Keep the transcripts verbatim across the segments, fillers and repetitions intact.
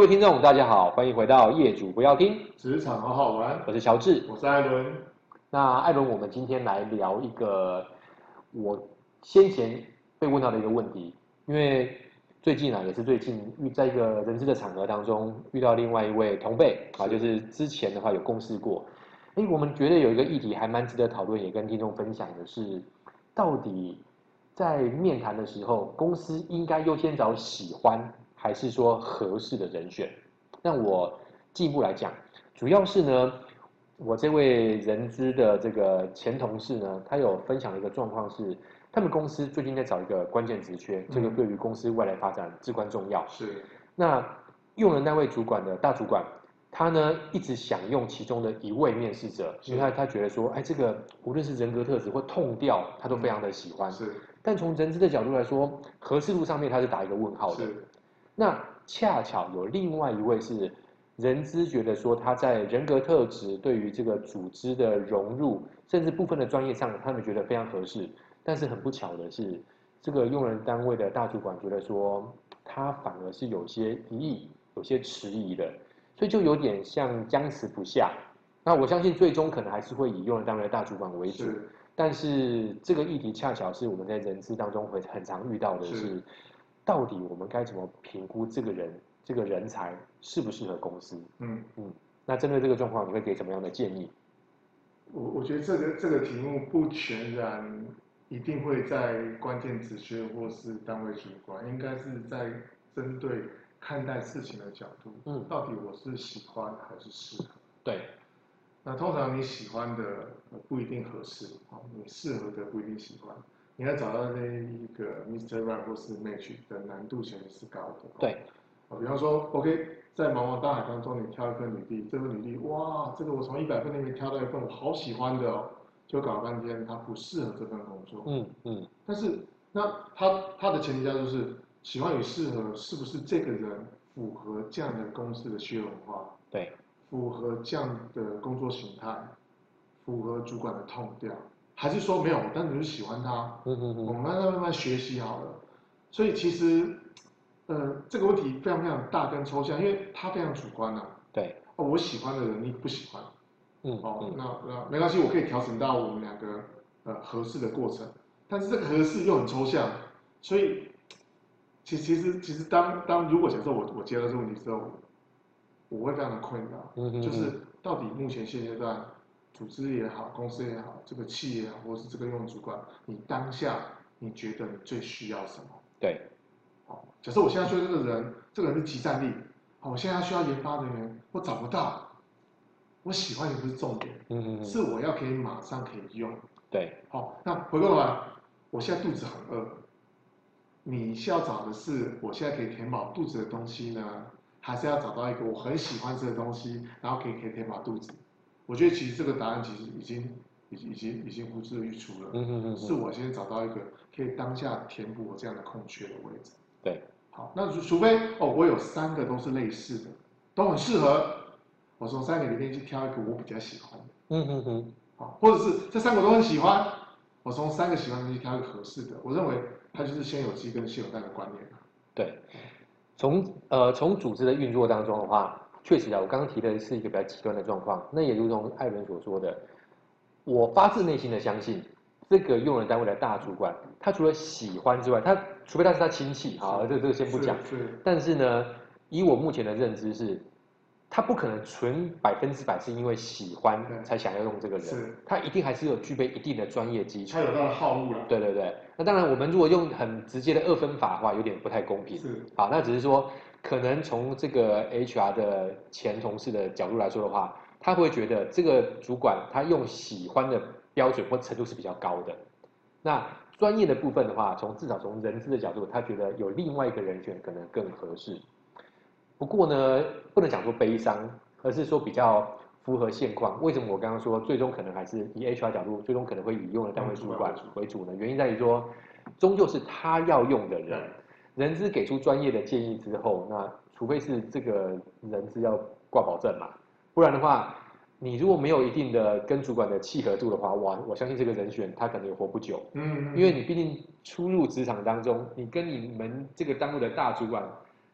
听众，大家好，欢迎回到业主不要听职场好好玩， 我是乔治， 我是艾伦。 那艾伦，我们今天来聊一个我先前被问到的一个问题，因为最近啊，也是最近遇在一个人资的场合当中遇到另外一位同辈啊，就是之前的话有共事过，哎，我们觉得有一个议题还蛮值得讨论，也跟听众分享的是，到底在面谈的时候，公司应该优先找喜欢还是说合适的人选？那我进一步来讲，主要是呢，我这位人资的这个前同事呢，他有分享了一个状况是，他们公司最近在找一个关键职缺，这个对于公司未来发展至关重要。 是， 那用人单位主管的大主管，他呢一直想用其中的一位面试者，因为他他觉得说，哎，这个无论是人格特质或痛调，他都非常的喜欢。 是， 但从人资的角度来说，合适度上面他是打一个问号的。 是， 那恰巧有另外一位是人资觉得说他在人格特质对于这个组织的融入，甚至部分的专业上，他们觉得非常合适。但是很不巧的是，这个用人单位的大主管觉得说，他反而是有些疑义、有些迟疑的，所以就有点像僵持不下。那我相信最终可能还是会以用人单位的大主管为主， 是， 但是这个议题恰巧是我们在人资当中会很常遇到的是， 是到底我们该怎么评估这个人、这个人才适不适合公司？ 嗯嗯，那针对这个状况，你会给什么样的建议？ 我我觉得这个这个题目不全然一定会在关键职缺或是单位主管，应该是在针对看待事情的角度， 嗯， 到底我是喜欢还是适合？ 对， 那通常你喜欢的不一定合适，你适合的不一定喜欢。你要找到那一个 Mister Right 或是 Match 的难度其实是高的。 对， 比方说 OK， 在茫茫大海当中，你挑一份履历，这份履历哇，这个我从一百份里面挑到一份我好喜欢的哦，就搞了半天它不适合这份工作。 嗯嗯， 但是那它它的前提下就是喜欢与适合是不是这个人符合这样的公司的企业文化？ 对， 符合这样的工作形态，符合主管的痛调，还是说没有？但你就喜欢他， 嗯嗯嗯， 我们慢慢慢慢学习好了。所以其实，呃，这个问题非常非常大跟抽象，因为它非常主观啊。 对， 哦，我喜欢的人你不喜欢， 嗯哦， 嗯， 那那没关系，我可以调整到我们两个呃合适的过程。但是这个合适又很抽象，所以其其实其实当当如果假设我我接到这个问题之后，我会非常的困扰， 嗯嗯就是到底目前现阶段，组织也好，公司也好，这个企业也好，或是这个用主管，你当下你觉得你最需要什么？ 对， 好，假设我现在需要这个人，这个人是集战力，好，我现在需要研发人员，我找不到，我喜欢也不是重点， 嗯嗯是我要可以马上可以用。 对， 好，那回过头来，我现在肚子很饿，你需要找的是我现在可以填饱肚子的东西呢，还是要找到一个我很喜欢吃的东西，然后可以可以填饱肚子？我觉得其实这个答案其实已经已经已经已经呼之欲出了， 嗯嗯嗯， 是我先找到一个可以当下填补我这样的空缺的位置。 对， 好，那除非哦，我有三个都是类似的，都很适合，我从三个里面去挑一个我比较喜欢的。 嗯嗯嗯， 好，或者是这三个都很喜欢，我从三个喜欢的去挑一个合适的。我认为它就是先有鸡跟先有蛋的观念。 对。从呃从组织的运作当中的话，确实啊，我刚刚提的是一个比较极端的状况。那也如同艾伦所说的，我发自内心的相信，这个用人单位的大主管，他除了喜欢之外，他除非他是他亲戚，好，这这个先不讲。 是是。 但是呢，以我目前的认知是，他不可能纯百分之百是因为喜欢才想要用这个人， 是他一定还是有具备一定的专业基础。 他有他的好恶了。 对对对，那当然，我们如果用很直接的二分法的话，有点不太公平。 是。 好，那只是说，可能从这个 H R 的前同事的角度来说的话，他会觉得这个主管他用喜欢的标准或程度是比较高的。那专业的部分的话，从至少从人资的角度，他觉得有另外一个人选可能更合适。不过呢，不能讲说悲伤，而是说比较符合现况。为什么我刚刚说最终可能还是以 H R 角度，最终可能会以用的单位主管为主呢？原因在于说，终究是他要用的人，人资给出专业的建议之后，那除非是这个人资要挂保证嘛，不然的话，你如果没有一定的跟主管的契合度的话，哇，我相信这个人选他可能也活不久。 嗯， 因为你毕竟初入职场当中，你跟你们这个单位的大主管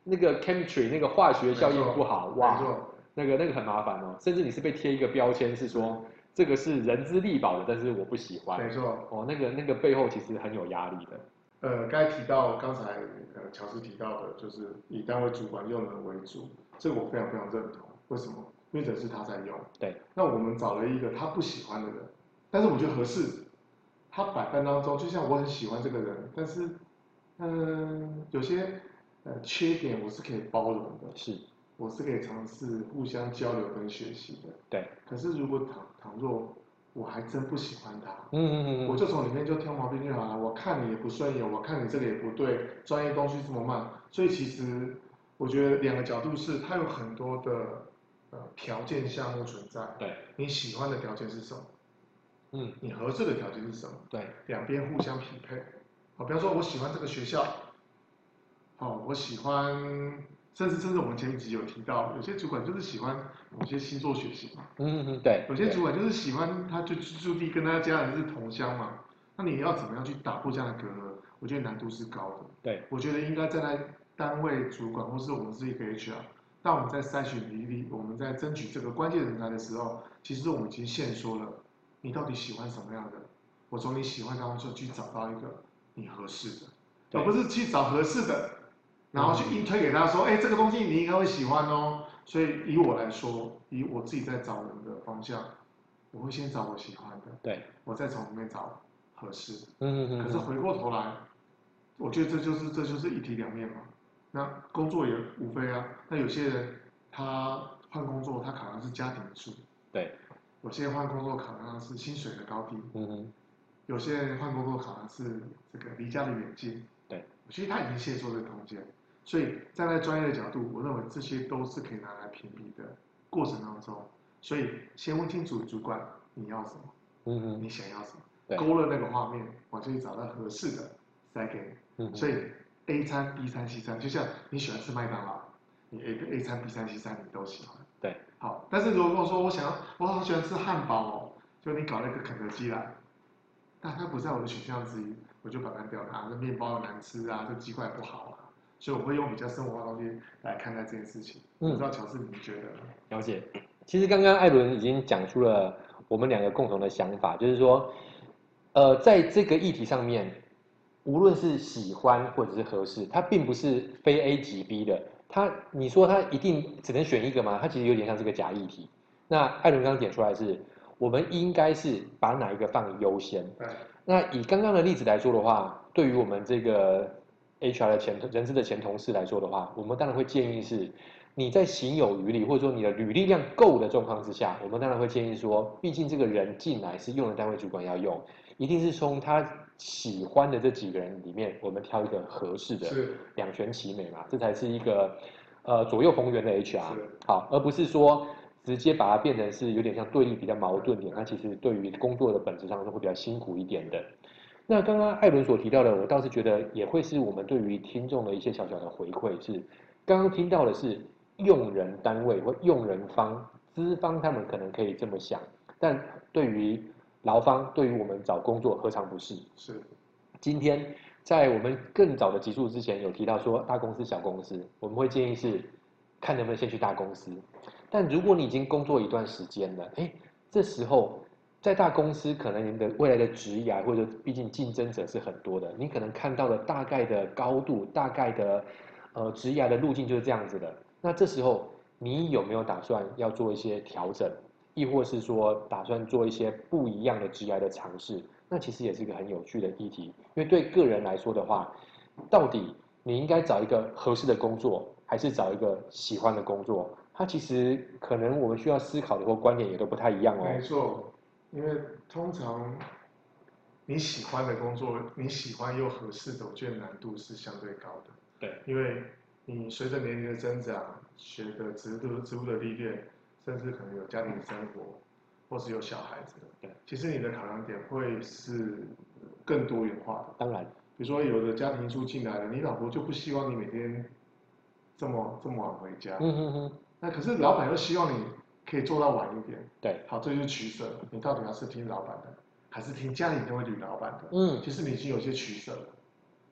那个 chemistry 那个化学效应不好，哇， 没错， 那个那个很麻烦哦，甚至你是被贴一个标签，是说这个是人资力保的，但是我不喜欢， 没错。 哦，那个那个背后其实很有压力的。 呃，刚才提到刚才呃乔治提到的，就是以单位主管用人为主，这个我非常非常认同。为什么？因为这是他在用。 对。 那我们找了一个他不喜欢的人，但是我觉得合适。他百般当中，就像我很喜欢这个人，但是嗯、呃有些呃缺点我是可以包容的， 是。 我是可以尝试互相交流跟学习的。 对。 可是如果倘倘若我还真不喜欢他， 嗯嗯嗯我就从里面就挑毛病就好了。我看你也不顺眼，我看你这个也不对，专业东西这么慢，所以其实我觉得两个角度是，它有很多的呃条件项目存在。 对。 你喜欢的条件是什么？ 嗯。 你合适的条件是什么？ 对。 两边互相匹配。好，比方说我喜欢这个学校，好，我喜欢，甚至甚至我们前几集有提到，有些主管就是喜欢某些星座血型嘛。 嗯嗯嗯，对。 有些主管就是喜欢，他就居住地跟他家人是同乡嘛，那你要怎么样去打破这样的隔阂？我觉得难度是高的。 对。 我觉得应该站在单位主管，或是我们是一个 H R，当我们在筛选履历，我们在争取这个关键人才的时候，其实我们已经限缩了，你到底喜欢什么样的？我从你喜欢当中去找到一个你合适的，而不是去找合适的，然后去硬推给他说，哎、欸，这个东西你应该会喜欢哦。所以以我来说，以我自己在找人的方向，我会先找我喜欢的， 对， 我再从里面找合适的。 嗯嗯嗯。 可是回过头来，我觉得这就是这就是一体两面嘛。那工作也无非啊，那有些人他换工作，他考量是家庭因素， 对。 有些人换工作考量是薪水的高低， 嗯哼。 有些人换工作考量是这个离家的远近， 对。 其实他已经限缩这个空间。所以站在专业的角度，我认为这些都是可以拿来评比的过程当中。所以先问清楚主管你要什么， 嗯哼， 你想要什么， 对， 勾勒那个画面，我就去找到合适的塞给你。 嗯哼， 所以 A 餐、B 餐、C 餐，就像你喜欢吃麦当劳，你 A A 餐、B 餐、C 餐你都喜欢。 对。 好，但是如果跟我说我想要，我好喜欢吃汉堡哦，就你搞了一个肯德基来，那它不在我的选项之一，我就把它掉它。这面包难吃啊，这鸡块不好啊。所以我会用比较生活化的东西来看待这件事情。嗯、不知道乔治你觉得呢？ 了解。其实刚刚艾伦已经讲出了我们两个共同的想法，就是说，呃，在这个议题上面，无论是喜欢或者是合适，它并不是非 A 即 B 的。它，你说它一定只能选一个吗？它其实有点像是个假议题。那艾伦刚刚点出来是，我们应该是把哪一个放优先？ 对。 那以刚刚的例子来说的话，对于我们这个 H R 的前人资的前同事来说的话，我们当然会建议是，你在行有余力，或者说你的履历量够的状况之下，我们当然会建议说，毕竟这个人进来是用人单位主管要用，一定是从他喜欢的这几个人里面，我们挑一个合适的，两全其美嘛，这才是一个呃左右逢源的 H R， 好，而不是说直接把它变成是有点像对立比较矛盾点，那其实对于工作的本质上是会比较辛苦一点的。那刚刚艾伦所提到的，我倒是觉得也会是我们对于听众的一些小小的回馈，是刚刚听到的是用人单位或用人方资方他们可能可以这么想，但对于劳方，对于我们找工作何尝不是？ 是。 今天在我们更早的集数之前有提到说大公司小公司，我们会建议是看能不能先去大公司，但如果你已经工作一段时间了，哎，这时候在大公司可能你的未来的职涯，或者毕竟竞争者是很多的，你可能看到的大概的高度，大概的呃职涯的路径就是这样子的。那这时候你有没有打算要做一些调整，亦或是说打算做一些不一样的职涯的尝试？那其实也是一个很有趣的议题，因为对个人来说的话，到底你应该找一个合适的工作，还是找一个喜欢的工作？它其实可能我们需要思考的或观点也都不太一样哦。 没错。因为通常你喜欢的工作，你喜欢又合适的，我觉得难度是相对高的。 对。 因为你随着年龄的增长，学的职务职务的历练，甚至可能有家庭生活，或是有小孩子， 对， 其实你的考量点会是更多元化的。 当然， 比如说有的家庭因素进来了，你老婆就不希望你每天这么这么晚回家。 嗯哼哼。 那可是老板又希望你可以做到晚一点。 对。 好，这就是取舍。你到底要是听老板的，还是听家里那位女老板的？ 嗯， 其实你已经有些取舍了。好，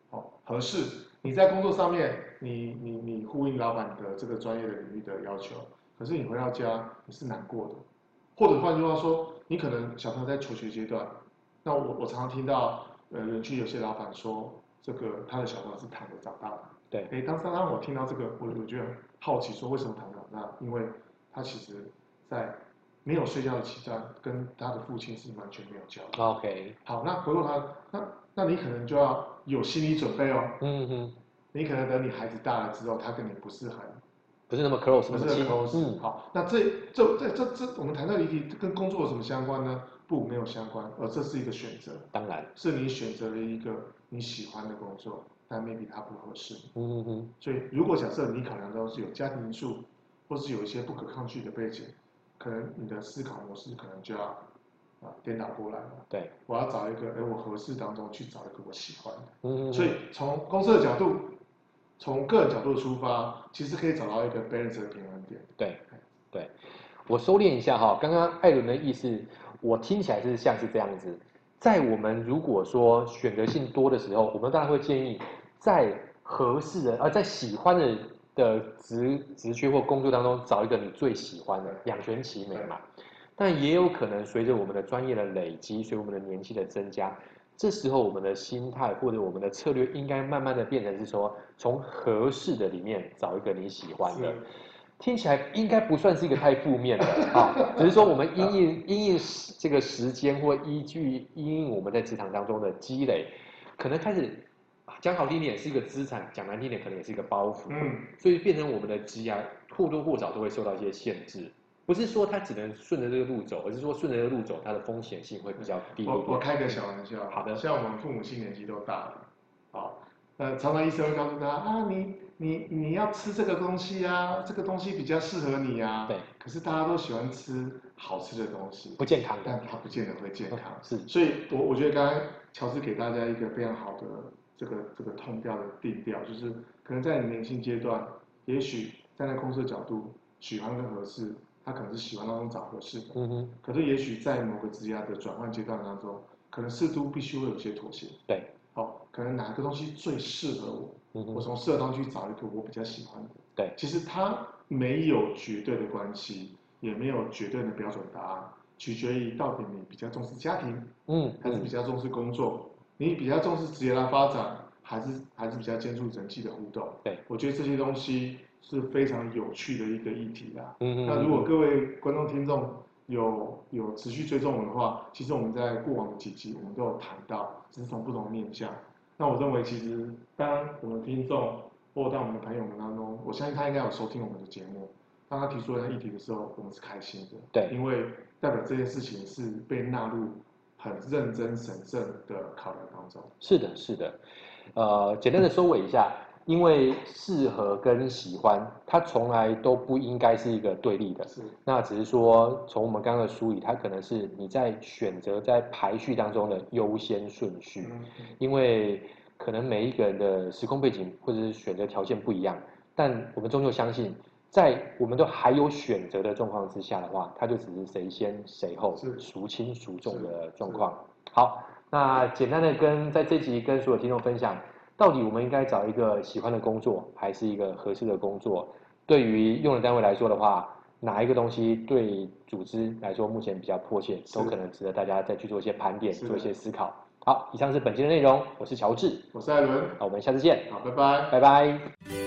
合适。你在工作上面，你你你呼应老板的这个专业的领域的要求，可是你回到家你是难过的，或者换句话说，你可能小朋友在求学阶段，那我我常常听到呃园区有些老板说，这个他的小朋友是躺着长大的。 对， 哎，当当我听到这个，我我就很好奇，说为什么躺着长大？因为他其实在没有睡觉的期间，跟他的父亲是完全没有交流。 OK， 好，那回过头来，那那你可能就要有心理准备哦。 嗯哼， 你可能等你孩子大了之后，他跟你不是很不是那么 close， 不是很 close。嗯，好，那这这这这这，我们谈到离题跟工作有什么相关呢？不，没有相关，而这是一个选择。 当然， 是你选择了一个你喜欢的工作，但 maybe 它不合适。 嗯哼， 所以如果假设你考量到是有家庭因素，或是有一些不可抗拒的背景，可能你的思考模式可能就要啊颠倒过来了。 对， 我要找一个，哎，我合适当中去找一个我喜欢的。 嗯， 所以从公司的角度，从个人角度出发，其实可以找到一个 balance 的平衡点。 对，对，我收敛一下哈，刚刚艾伦的意思，我听起来是像是这样子，在我们如果说选择性多的时候，我们当然会建议在合适的，而在喜欢的的职职缺或工作当中找一个你最喜欢的，两全其美嘛。但也有可能随着我们的专业的累积，随我们的年纪的增加，这时候我们的心态或者我们的策略应该慢慢的变成是说，从合适的里面找一个你喜欢的。听起来应该不算是一个太负面的啊，只是说我们因应因应这个时间或依据因应我们在职场当中的积累，可能开始讲好听点是一个资产，讲难听点可能也是一个包袱， 嗯， 所以变成我们的职涯或多或少都会受到一些限制。不是说它只能顺着这个路走，而是说顺着这个路走，它的风险性会比较低一点。 我我开个小玩笑， 好的， 像我们父母亲年纪都大了，好，呃，常常医生会告诉他啊，你你你要吃这个东西啊，这个东西比较适合你啊。 对。 可是大家都喜欢吃好吃的东西， 不健康的， 但它不见得会健康。 是， 所以我我觉得刚才乔治给大家一个非常好的这个这个痛调的定调，就是可能在你年轻阶段，也许站在公司的角度，喜欢跟合适。他可能是喜欢当中找合适的，嗯哼。可是也许在某个职业的转换阶段当中，可能适度必须会有些妥协。 对， 好，可能哪个东西最适合我，嗯、我从适合当中去找一个我比较喜欢的。 对， 其实它没有绝对的关系，也没有绝对的标准答案，取决于到底你比较重视家庭，嗯，还是比较重视工作，你比较重视职业的发展，还是还是比较接触人际的互动。 对， 我觉得这些东西是非常有趣的一个议题啦。嗯，那如果各位观众听众有有持续追踪我们的话，其实我们在过往的几集我们都有谈到，只是从不同的面向。那我认为其实当我们听众或当我们的朋友们当中，我相信他应该有收听我们的节目，当他提出了议题的时候，我们是开心的。 对， 因为代表这件事情是被纳入很认真审慎的考量当中。 是的，是的。呃，简单的收尾一下。因为适合跟喜欢，它从来都不应该是一个对立的。 是， 那只是说，从我们刚刚的梳理，它可能是你在选择在排序当中的优先顺序。嗯，因为可能每一个人的时空背景或者是选择条件不一样，但我们终究相信，在我们都还有选择的状况之下的话，它就只是谁先谁后，孰轻孰重的状况。好，那简单的跟在这集跟所有听众分享。到底我们应该找一个喜欢的工作，还是一个合适的工作？对于用人单位来说的话，哪一个东西对组织来说目前比较迫切，都可能值得大家再去做一些盘点，做一些思考。好，以上是本期的内容，我是乔治， 我是艾伦， 那我们下次见， 好，拜拜， 拜拜。